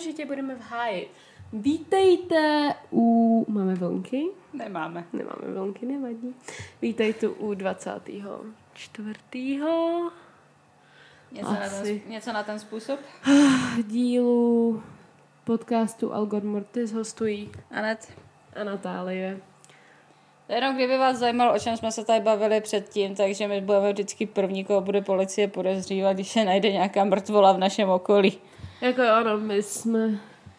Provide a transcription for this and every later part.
okamžitě budeme v háji. Vítejte u... Máme vlnky? Nemáme. Nemáme vlnky, nevadí. Vítejte u 24. Něco na ten způsob? dílu podcastu Algor Mortis hostují Anet. a Natálie. Jenom kdyby vás zajímalo, o čem jsme se tady bavili předtím, takže my budeme vždycky první, koho bude policie podezřívat, když se najde nějaká mrtvola v našem okolí. Jako jo, no, my jsme...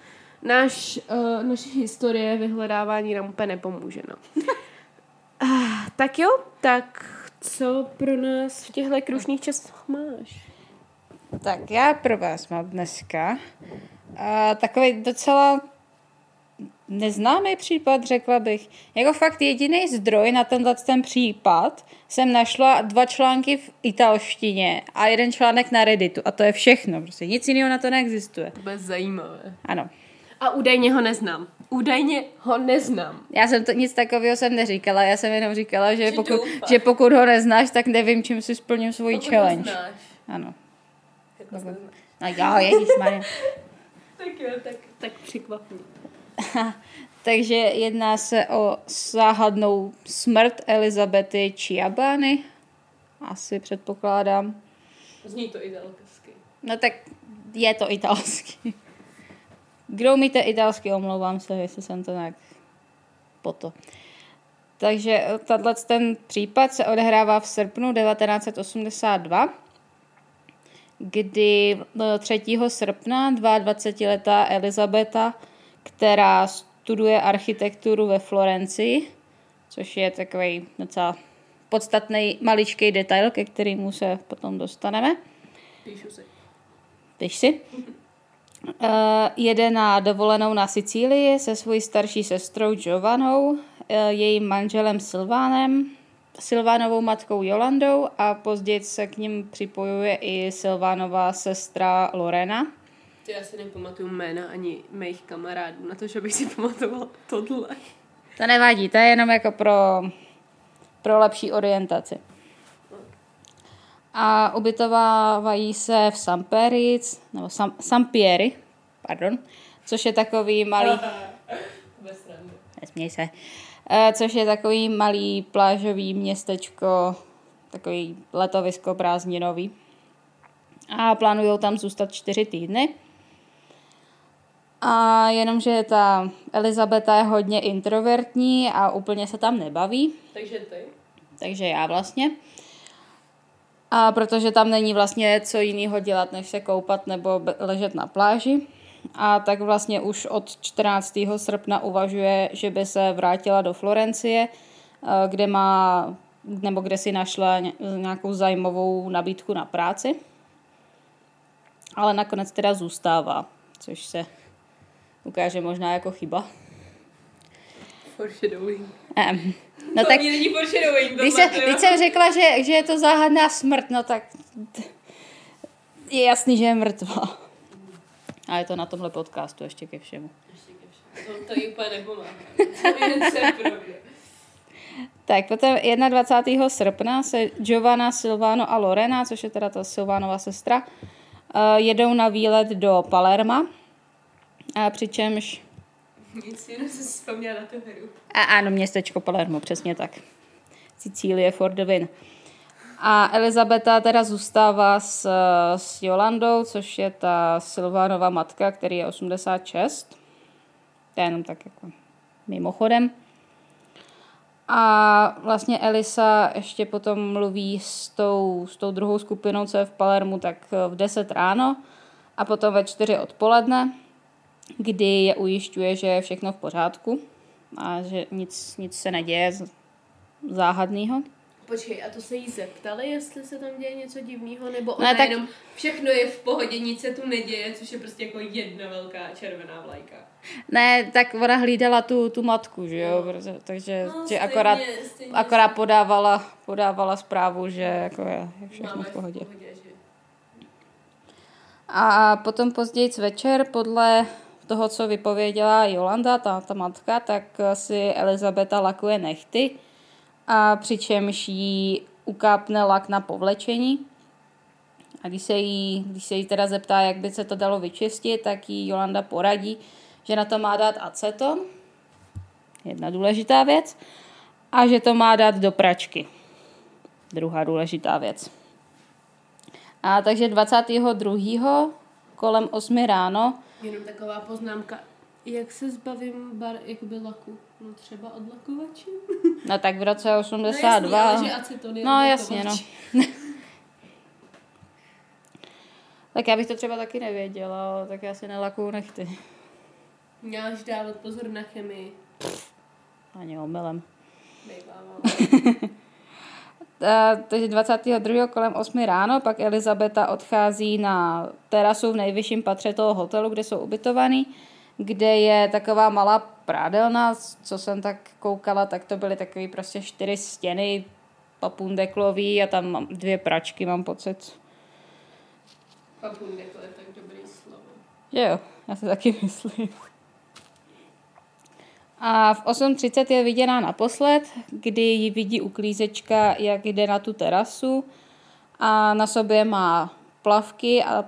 Naše historie vyhledávání nám úplně nepomůže, no. Tak jo, tak co pro nás v těchto krušných časech máš? Tak já pro vás mám dneska takový docela neznámý případ, řekla bych. Jako fakt jediný zdroj na ten případ jsem našla 2 články v italštině a 1 článek na Redditu. A to je všechno. Prostě nic jiného na to neexistuje. To bude zajímavé. Ano. A údajně ho neznám. Já jsem nic takového jsem neříkala. Já jsem jenom říkala, že pokud ho neznáš, tak nevím, čím si splním svoji challenge. Ano. No jo, ježišmarja. Tak jo, tak překvapně. Takže jedná se o záhadnou smrt Elizabety Ciabani. Asi předpokládám. Zní to italsky. No tak je to italsky. Kdo umíte italsky, omlouvám se, jestli jsem to nějak poto. Takže ten případ se odehrává v srpnu 1982, kdy 3. srpna 22letá Elizabeta, která studuje architekturu ve Florencii, což je takový docela podstatný maličký detail, ke kterému se potom dostaneme. Píš si. Jede na dovolenou na Sicílii se svojí starší sestrou Giovannou, jejím manželem Silvánovou matkou Jolandou a později se k ním připojuje i Silvánová sestra Lorena. Já si nepamatuju jména ani mých kamarádů, na to, že bych si pamatovala tohle. To nevadí, to je jenom jako pro lepší orientaci. A ubytovávají se v Sampieri, což je takový malý... Nesměj se. Což je takový malý plážový městečko, takový letovisko prázdninový. A plánujou tam zůstat 4 týdny. A jenomže ta Elizabeta je hodně introvertní a úplně se tam nebaví. Takže ty? Takže já vlastně. A protože tam není vlastně co jiného dělat, než se koupat nebo ležet na pláži. A tak vlastně už od 14. srpna uvažuje, že by se vrátila do Florencie, kde si našla nějakou zajímavou nabídku na práci. Ale nakonec teda zůstává, což se ukáže možná jako chyba. Foreshadowing. No to tak, není foreshadowing. Když jsem řekla, že je to záhadná smrt, no tak je jasný, že je mrtvá. A je to na tomhle podcastu ještě ke všemu. To jí úplně nepomáhá. To jen se pravda. Tak potom 21. srpna se Giovanna, Silvano a Lorena, což je teda ta Silvánova sestra, jedou na výlet do Palerma. A přičemž... Nic jenom se vzpomněla na tu hru. Ano, městečko Palermo, přesně tak. Sicílie for the win. A Elizabeta teda zůstává s Jolandou, což je ta Silvánova matka, který je 86. To je jenom tak jako mimochodem. A vlastně Elisa ještě potom mluví s tou druhou skupinou, co je v Palermu, tak v 10 ráno a potom ve 4 odpoledne, kdy je ujišťuje, že je všechno v pořádku a že nic se neděje záhadného. Počkej, a to se jí zeptali, jestli se tam děje něco divného, nebo ona tak... jenom všechno je v pohodě, nic se tu neděje, což je prostě jako jedna velká červená vlajka. Ne, tak ona hlídala tu matku, že jo, takže že akorát podávala zprávu, že jako je všechno v pohodě. A potom později večer, podle toho, co vypověděla Jolanda, ta matka, tak si Elizabeta lakuje nehty, a přičemž jí ukápne lak na povlečení A když se jí teda zeptá, jak by se to dalo vyčistit, tak jí Jolanda poradí, že na to má dát aceton, jedna důležitá věc, a že to má dát do pračky, druhá důležitá věc. A takže 22. kolem 8 ráno. Jenom taková poznámka, jak se zbavím jakoby laku? No třeba od lakovačů. No tak v roce 82. No jasně, ale že aceton je no jasně, no. Tak já bych to třeba taky nevěděla, ale tak já si nelakuju nechty. Měláš dávat pozor na chemii. Ani omylem. Nejbávám. Takže 22. kolem 8 ráno pak Elizabeta odchází na terasu v nejvyšším patře toho hotelu, kde jsou ubytovaný, kde je taková malá prádelna, co jsem tak koukala, tak to byly takový prostě 4 stěny papundeklový a tam mám 2 pračky, mám pocit. Papundeklo je tak dobrý slovo. Jo, já si taky myslím. A v 8:30 je viděná naposled, kdy ji vidí uklízečka, jak jde na tu terasu a na sobě má plavky a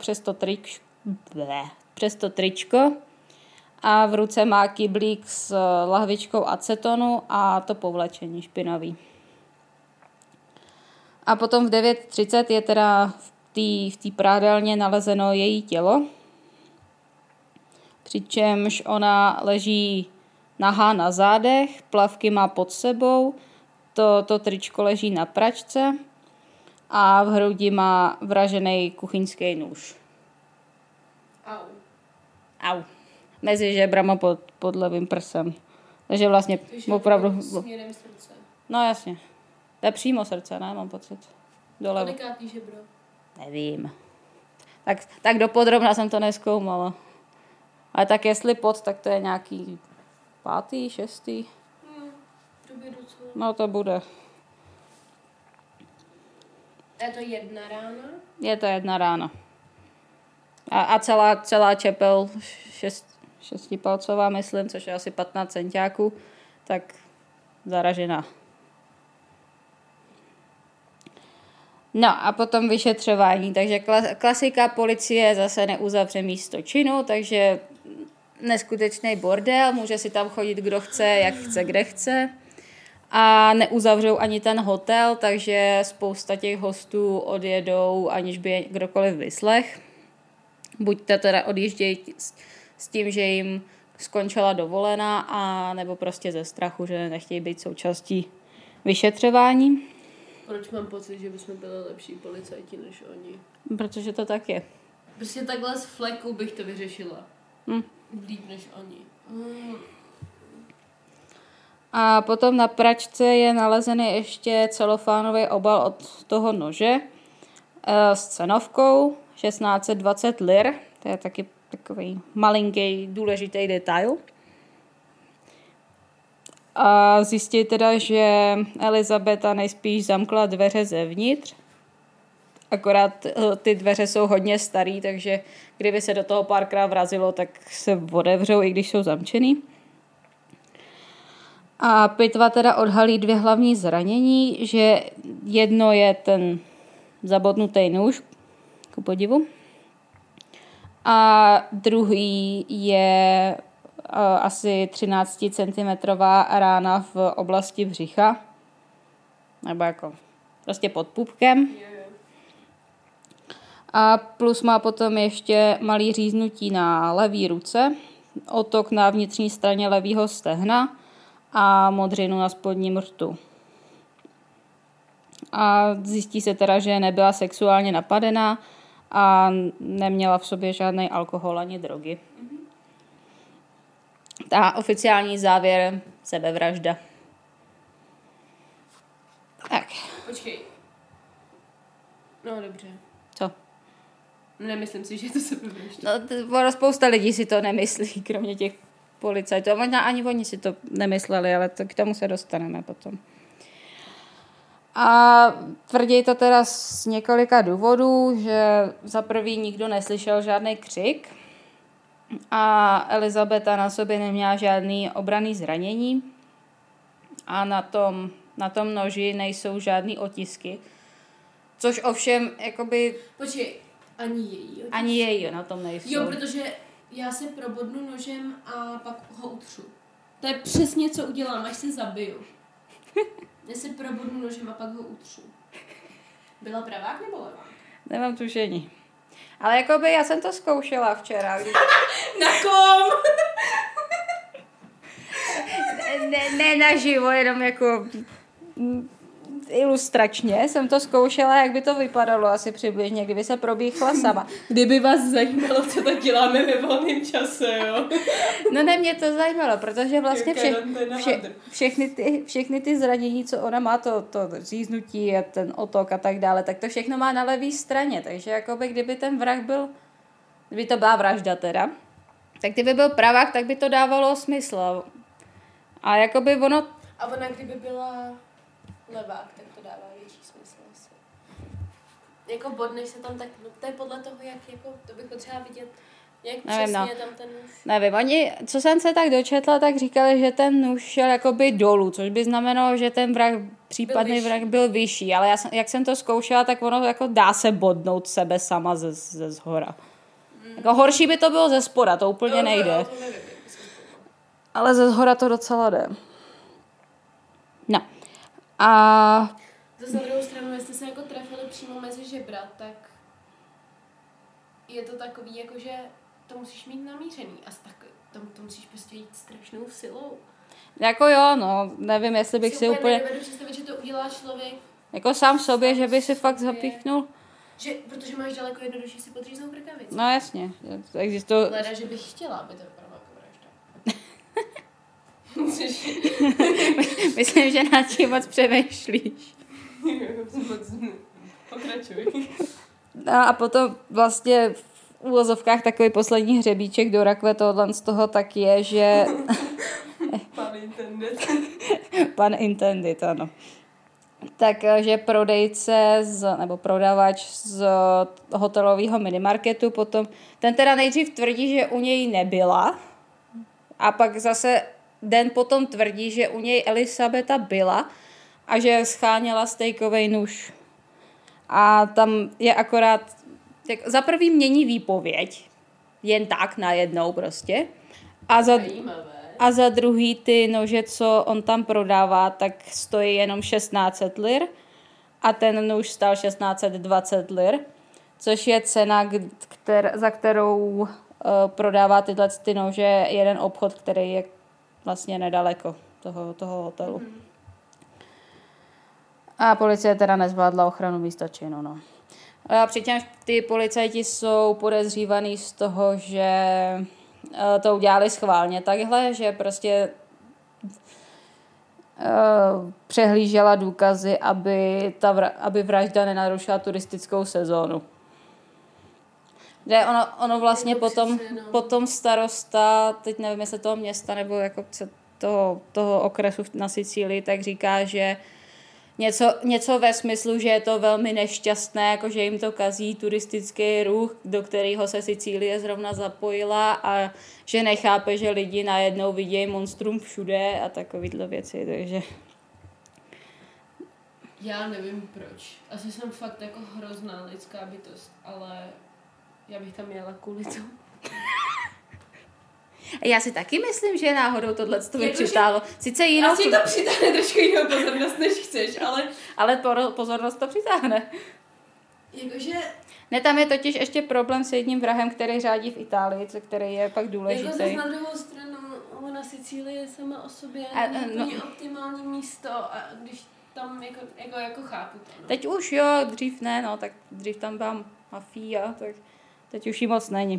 přes to tričko a v ruce má kyblík s lahvičkou acetonu a to povlečení špinavý. A potom v 9:30 je teda v té prádelně nalezeno její tělo, přičemž ona leží nahá na zádech, plavky má pod sebou, to tričko leží na pračce a v hrudi má vražený kuchyňský nůž. Au. Mezi žebrama pod levým prsem. Takže vlastně opravdu... Směrem srdce. No jasně. To je přímo srdce, ne? Mám pocit. Dolevo. Kolikátý žebro? Nevím. Tak dopodrobna jsem to nezkoumala. Ale tak jestli tak to je nějaký 5., 6. To by docela. No to bude. Je to 1 rána? Je to 1 rána. A celá čepel 6palcová, myslím, což je asi 15 centiáků, tak zaražená. No a potom vyšetřování. Takže klasika, policie zase neuzavře místo činu, takže neskutečný bordel, může si tam chodit kdo chce, jak chce, kde chce. A neuzavřou ani ten hotel, takže spousta těch hostů odjedou, aniž by je kdokoliv vyslech. Buď to teda odjíždějí s tím, že jim skončila dovolená, a nebo prostě ze strachu, že nechtějí být součástí vyšetřování. Proč mám pocit, že bychom byli lepší policajti než oni? Protože to tak je. Prostě takhle z fleku bych to vyřešila. Líp než oni. A potom na pračce je nalezený ještě celofánový obal od toho nože s cenovkou 1620 lir. To je taky takový malinký důležitý detail. A zjistí teda, že Elizabeta nejspíš zamkla dveře zevnitř. Akorát ty dveře jsou hodně starý, takže kdyby se do toho párkrát vrazilo, tak se otevřou, i když jsou zamčený. A pitva teda odhalí 2 hlavní zranění, že jedno je ten zabodnutý nůž, ku podivu, a druhý je asi 13 cm rána v oblasti břicha, nebo jako prostě pod pupkem. A plus má potom ještě malý říznutí na levý ruce, otok na vnitřní straně levýho stehna a modřinu na spodním rtu. A zjistí se teda, že nebyla sexuálně napadená a neměla v sobě žádný alkohol ani drogy. A oficiální závěr, sebevražda. Tak. Počkej. No dobře. Co? Nemyslím si, že to sebevražda. No, spousta lidí si to nemyslí, kromě těch policajtů. A možná ani oni si to nemysleli, ale k tomu se dostaneme potom. A tvrdí to teda z několika důvodů, že za prvý nikdo neslyšel žádný křik a Elizabeta na sobě neměla žádný obranný zranění a na tom noži nejsou žádný otisky. Což ovšem, jakoby... Počkej, ani její na tom nejsou. Jo, protože já se probodnu nožem a pak ho utřu. To je přesně, co udělám, až se zabiju. Já se probodnu nožem a pak ho utřu. Byla pravák nebo levák? Nemám tušení. Ale jakoby já jsem to zkoušela včera. Na kom? ne naživo, jenom jako ilustračně jsem to zkoušela, jak by to vypadalo asi přibližně, kdyby se probíchla sama. Kdyby vás zajímalo, co tak děláme ve volném čase, jo? No ne, mě to zajímalo, protože vlastně všechny ty zranění, co ona má, to říznutí a ten otok a tak dále, tak to všechno má na levé straně, takže jakoby kdyby ten vrah byl, kdyby to byla vražda teda, tak kdyby byl pravák, tak by to dávalo smysl. A jakoby ono... A ona kdyby byla levák, tak to dává větší smysl asi. Jako bodneš se tam tak, no to je podle toho, jak jako, to bych potřeba vidět, jak nevím, přesně je tam ten nůž. Nevím, oni, co jsem se tak dočetla, tak říkali, že ten nůž šel jakoby dolů, což by znamenalo, že ten případný vrah byl vyšší, ale jak jsem to zkoušela, tak ono jako dá se bodnout sebe sama ze zhora. Jako horší by to bylo ze spoda, to úplně nejde. To nevím, ale ze zhora to docela jde. No. A... Zase na druhou stranu, jestli se jako trefili přímo mezi žebra, tak je to takový, jako že to musíš mít namířený a to musíš prostě jít strašnou silou. Jako jo, no, nevím, jestli bych si úplně... Nedovedu představit, že to udělá člověk... Jako sám sobě, že by si fakt zapíchnul. Že, protože máš daleko jednodušší si podříznout rukavici. No jasně. Existuje... Leda, že bych chtěla, aby to vypadalo jako vražda. Myslím, že nad tím moc přemýšlíš. Pokračuj. No a potom vlastně v úvozovkách takový poslední hřebíček do rakve tohle z toho tak je, že... Pan intended, ano. Takže prodejce nebo prodavač z hotelového minimarketu potom, ten teda nejdřív tvrdí, že u něj nebyla a pak zase den potom tvrdí, že u něj Elisabeta byla a že scháněla stejkovej nůž. A tam je akorát, za prvý mění výpověď, jen tak najednou prostě. A za druhý ty nože, co on tam prodává, tak stojí jenom 1600 lir a ten nůž stál 1620 lir, což je cena, za kterou prodává tyhle ty nože jeden obchod, který je vlastně nedaleko toho hotelu. A policie teda nezvládla ochranu místa činu, no. A přičemž ty policajti jsou podezřívaný z toho, že to udělali schválně takhle, že prostě přehlížela důkazy, aby vražda nenarušila turistickou sezónu. Že ono vlastně potom starosta, teď nevím, jestli toho města nebo jako toho okresu na Sicílii, tak říká, že něco ve smyslu, že je to velmi nešťastné, jako že jim to kazí turistický ruch, do kterého se Sicílie zrovna zapojila a že nechápe, že lidi najednou vidějí monstrum všude a takovýhle věci, takže... Já nevím proč. Asi jsem fakt jako hrozná lidská bytost, ale já bych tam jela kvůli tomu. Já si taky myslím, že náhodou tohle to by přitáhlo. Sice jinou... Asi to přitáhne trošku jinou pozornost, než chceš, ale... Ale pozornost to přitáhne. Jakože... Ne, tam je totiž ještě problém s jedním vrahem, který řádí v Itálii, který je pak důležitý. Jako zase na druhou stranu, na Sicílii je sama o sobě úplně optimální místo a když tam jako chápu to. No. Teď už jo, dřív ne, no, tak dřív tam byla mafia, tak teď už jí moc není.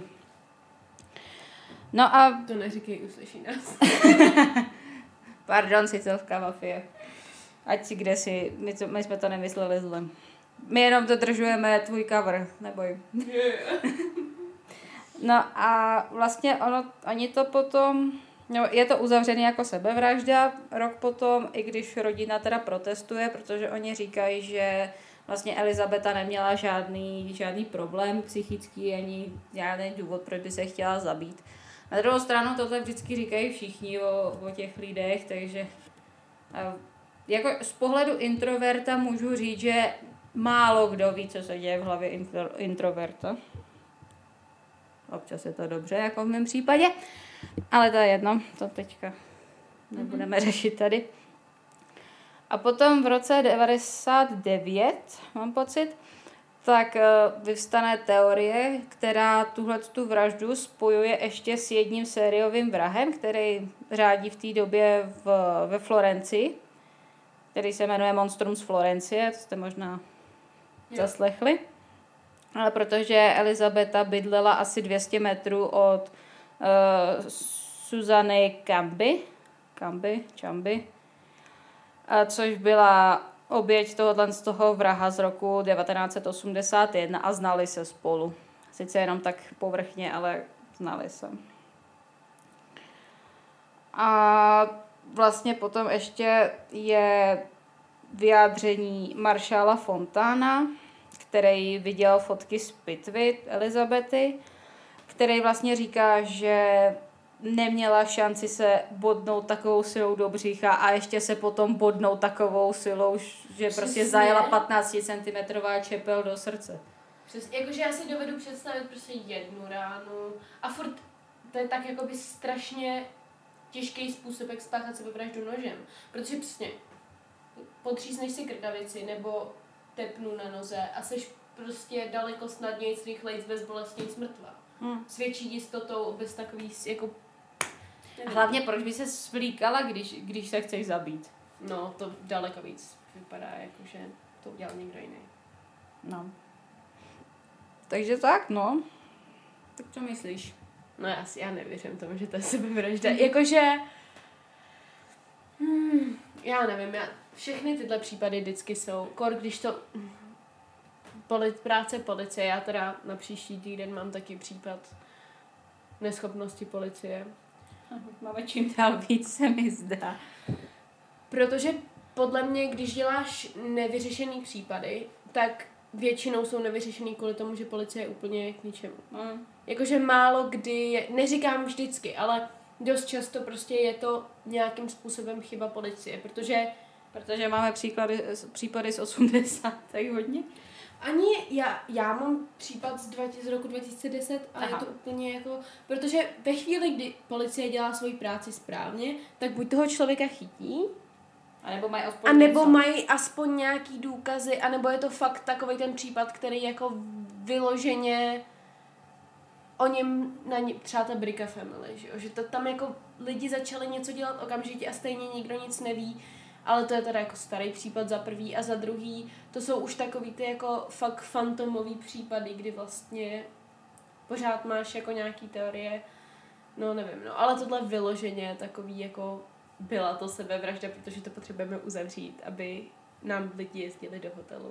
No a... To neříkej, uslyší nás. Pardon, sicilská mafie. Ať si kde si, my jsme to nemysleli zlem. My jenom dodržujeme tvůj cover, neboj. Yeah. No a vlastně oni to potom, no, je to uzavřený jako sebevražda rok potom, i když rodina teda protestuje, protože oni říkají, že vlastně Elizabeta neměla žádný problém psychický, ani žádný důvod, proč by se chtěla zabít. Na druhou stranu tohle vždycky říkají všichni o těch lidech, takže jako z pohledu introverta můžu říct, že málo kdo ví, co se děje v hlavě introverta. Občas je to dobře, jako v mém případě. Ale to je jedno, to teďka nebudeme řešit tady. A potom v roce 99, mám pocit, tak vyvstane teorie, která tu vraždu spojuje ještě s jedním sériovým vrahem, který řádí v té době ve Florencii, který se jmenuje Monstrum z Florencie, to jste možná zaslechli. Ale protože Elizabeta bydlela asi 200 metrů od Susanny Camby, což byla oběť z toho vraha z roku 1981 a znali se spolu. Sice jenom tak povrchně, ale znali se. A vlastně potom ještě je vyjádření maršála Fontana, který viděl fotky z pitvy Elizabety, který vlastně říká, že neměla šanci se bodnout takovou silou do břicha a ještě se potom bodnout takovou silou, že prostě zajela 15 cm čepel do srdce. Přesně, jakože já si dovedu představit prostě jednu ránu a furt to je tak jakoby strašně těžký způsob, jak spáchat sebevraždu nožem. Protože přesně potřísneš si krkavici nebo tepnu na noze a seš prostě daleko snadnějc, rychlejc, bezbolestnějc mrtvá. S větší jistotou, bez takový jako... A hlavně proč by se svlíkala, když se chceš zabít? No, to daleko víc vypadá, jako že to udělal někdo jiný. No. Takže tak, no. Tak co myslíš? No já nevěřím tomu, že to je sebevražda. Jakože... já nevím, všechny tyhle případy vždycky jsou, když to... práce policie, já teda na příští týden mám taky případ neschopnosti policie. Máme čím dál víc, se mi zdá. Protože podle mě, když děláš nevyřešený případy, tak většinou jsou nevyřešený kvůli tomu, že policie je úplně k ničemu. Jakože málo kdy, neříkám vždycky, ale dost často prostě je to nějakým způsobem chyba policie, protože máme případy z 80. hodně. Ani já mám případ z roku 2010 a je to úplně jako, protože ve chvíli, kdy policie dělá svoji práci správně, tak buď toho člověka chytí, anebo mají aspoň nějaký důkazy, anebo je to fakt takovej ten případ, který jako vyloženě o něm, třeba ta Bricka Family, že to tam jako lidi začali něco dělat okamžitě a stejně nikdo nic neví. Ale to je teda jako starý případ za prvý a za druhý. To jsou už takový ty jako fakt fantomový případy, kdy vlastně pořád máš jako nějaký teorie. No nevím, no. Ale tohle vyloženě takový jako byla to sebevražda, protože to potřebujeme uzavřít, aby nám lidi jezdili do hotelu.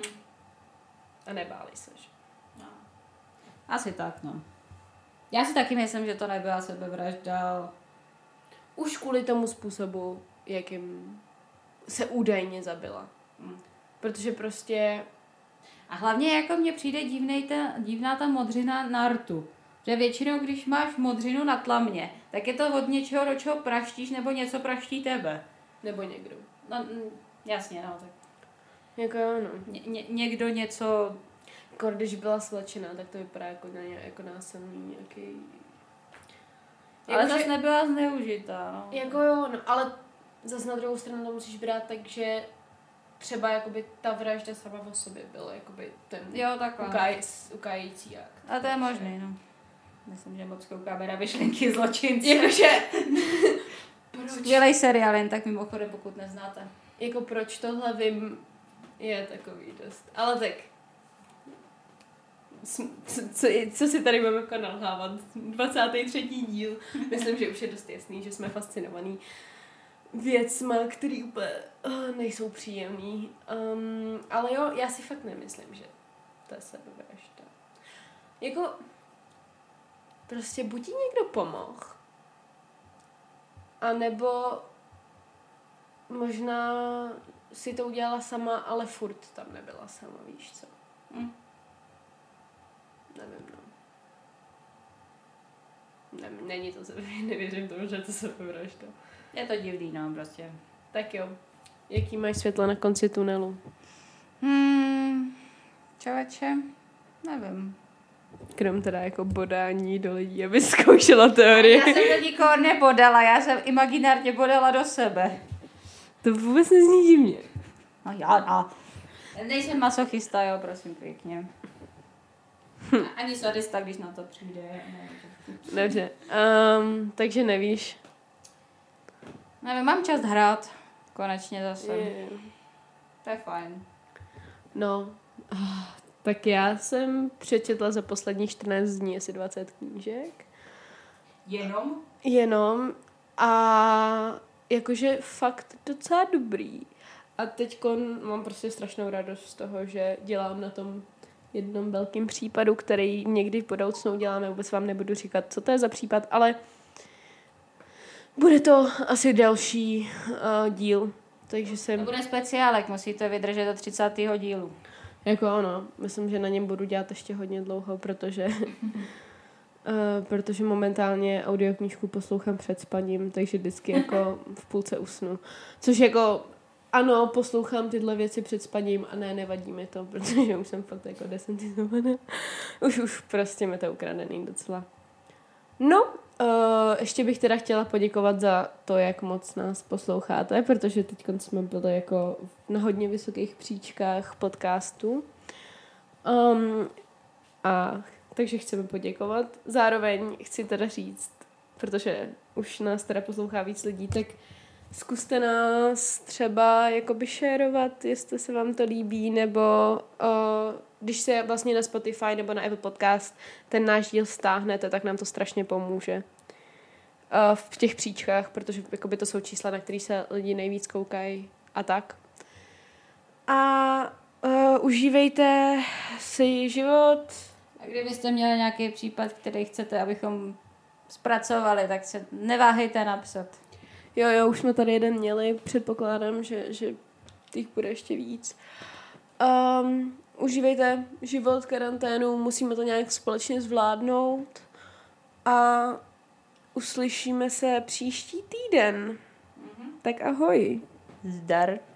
A nebáli se, že? No. Asi tak, no. Já si taky myslím, že to nebyla sebevražda. Už kvůli tomu způsobu, jakým se údajně zabila. Protože prostě... A hlavně jako mně přijde divná ta modřina na rtu. Že většinou, když máš modřinu na tlamě, tak je to od něčeho, do čeho praštíš, nebo něco praští tebe. Nebo někdo. No, jasně, no tak. Jako jo, no. Někdo něco... Jako když byla slečená, tak to vypadá jako násilný nějaký... Ale zase nebyla zneužitá, no. Jako jo, no, ale zase na druhou stranu to musíš brát, takže třeba jakoby ta vražda sama o sobě byla jakoby ten ukájící akt. A to je možný, no. Myslím, že moc koukáme na myšlenky zločince. Jakože... Skvělej seriál, jen tak mimochodem, pokud neznáte. Jako proč tohle vím, je takový dost. Ale tak... Co si tady budeme jako nalhávat? 23. díl. Myslím, že už je dost jasný, že jsme fascinovaný věcma, který úplně nejsou příjemný. Ale jo, já si fakt nemyslím, že to je sebevražda. Jako prostě buď ti někdo pomohl, anebo možná si to udělala sama, ale furt tam nebyla sama, víš co? Nevím, no. Není to nevěřím tomu, že to sebevražda. Je to divný, no, prostě. Tak jo. Jaký máš světlo na konci tunelu? Čověče, nevím. Krom teda jako bodání do lidí, aby zkoušela teorie. Já jsem do nikoho nebodala, já jsem imaginárně bodala do sebe. To vůbec nezní divně. No já, no. Nejsem masochista, jo, prosím pěkně. Ani sadista, když na to přijde. Dobře, takže nevíš. Nevím, mám čas hrát. Konečně zase. Je. To je fajn. No, tak já jsem přečetla za posledních 14 dní asi 20 knížek. Jenom. A jakože fakt docela dobrý. A teďko mám prostě strašnou radost z toho, že dělám na tom jednom velkým případu, který někdy v budoucnu děláme. Vůbec vám nebudu říkat, co to je za případ, ale bude to asi další díl. Takže jsem... To bude speciálek, musíte vydržet do 30. dílu. Jako ano, myslím, že na něm budu dělat ještě hodně dlouho, protože momentálně audioknížku poslouchám před spaním, takže vždycky jako v půlce usnu. Což jako ano, poslouchám tyhle věci před spaním a nevadí mi to, protože už jsem fakt jako desensitizovaná. Už prostě mi to ukradený docela. No, ještě bych teda chtěla poděkovat za to, jak moc nás posloucháte, protože teď jsme byli jako na hodně vysokých příčkách podcastu. Takže chceme poděkovat. Zároveň chci teda říct, protože už nás teda poslouchá víc lidí, tak zkuste nás třeba jakoby šerovat, jestli se vám to líbí, nebo když se vlastně na Spotify nebo na Apple Podcast ten náš díl stáhnete, tak nám to strašně pomůže v těch příčkách, protože jakoby to jsou čísla, na které se lidi nejvíc koukají a tak. A užívejte si život. A kdybyste měli nějaký případ, který chcete, abychom zpracovali, tak se neváhejte napsat. Jo, už jsme tady jeden měli, předpokládám, že těch bude ještě víc. Užívejte život, karanténu, musíme to nějak společně zvládnout a uslyšíme se příští týden. Tak ahoj. Zdar.